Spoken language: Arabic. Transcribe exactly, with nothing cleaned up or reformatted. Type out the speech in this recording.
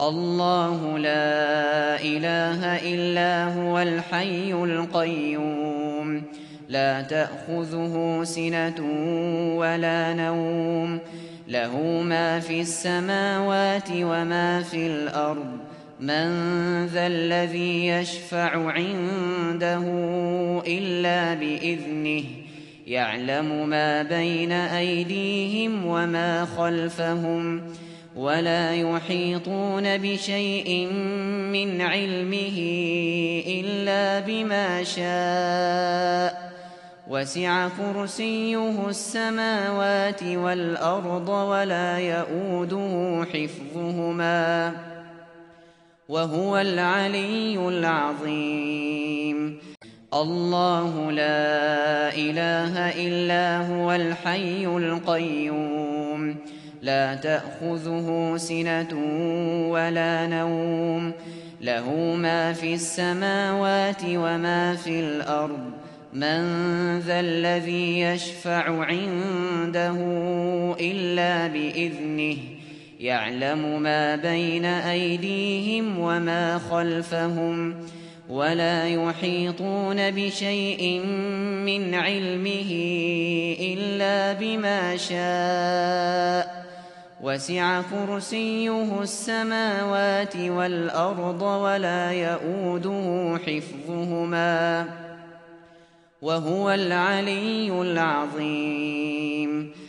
الله لا إله إلا هو الحي القيوم لا تأخذه سنة ولا نوم له ما في السماوات وما في الأرض من ذا الذي يشفع عنده إلا بإذنه يعلم ما بين أيديهم وما خلفهم ولا يحيطون بشيء من علمه إلا بما شاء وسع كرسيه السماوات والأرض ولا يئوده حفظهما وهو العلي العظيم الله لا إله إلا هو الحي القيوم لا تأخذه سنة ولا نوم له ما في السماوات وما في الأرض من ذا الذي يشفع عنده إلا بإذنه يعلم ما بين أيديهم وما خلفهم ولا يحيطون بشيء من علمه إلا بما شاء وسع كرسيه السماوات والأرض ولا يئوده حفظهما وهو العلي العظيم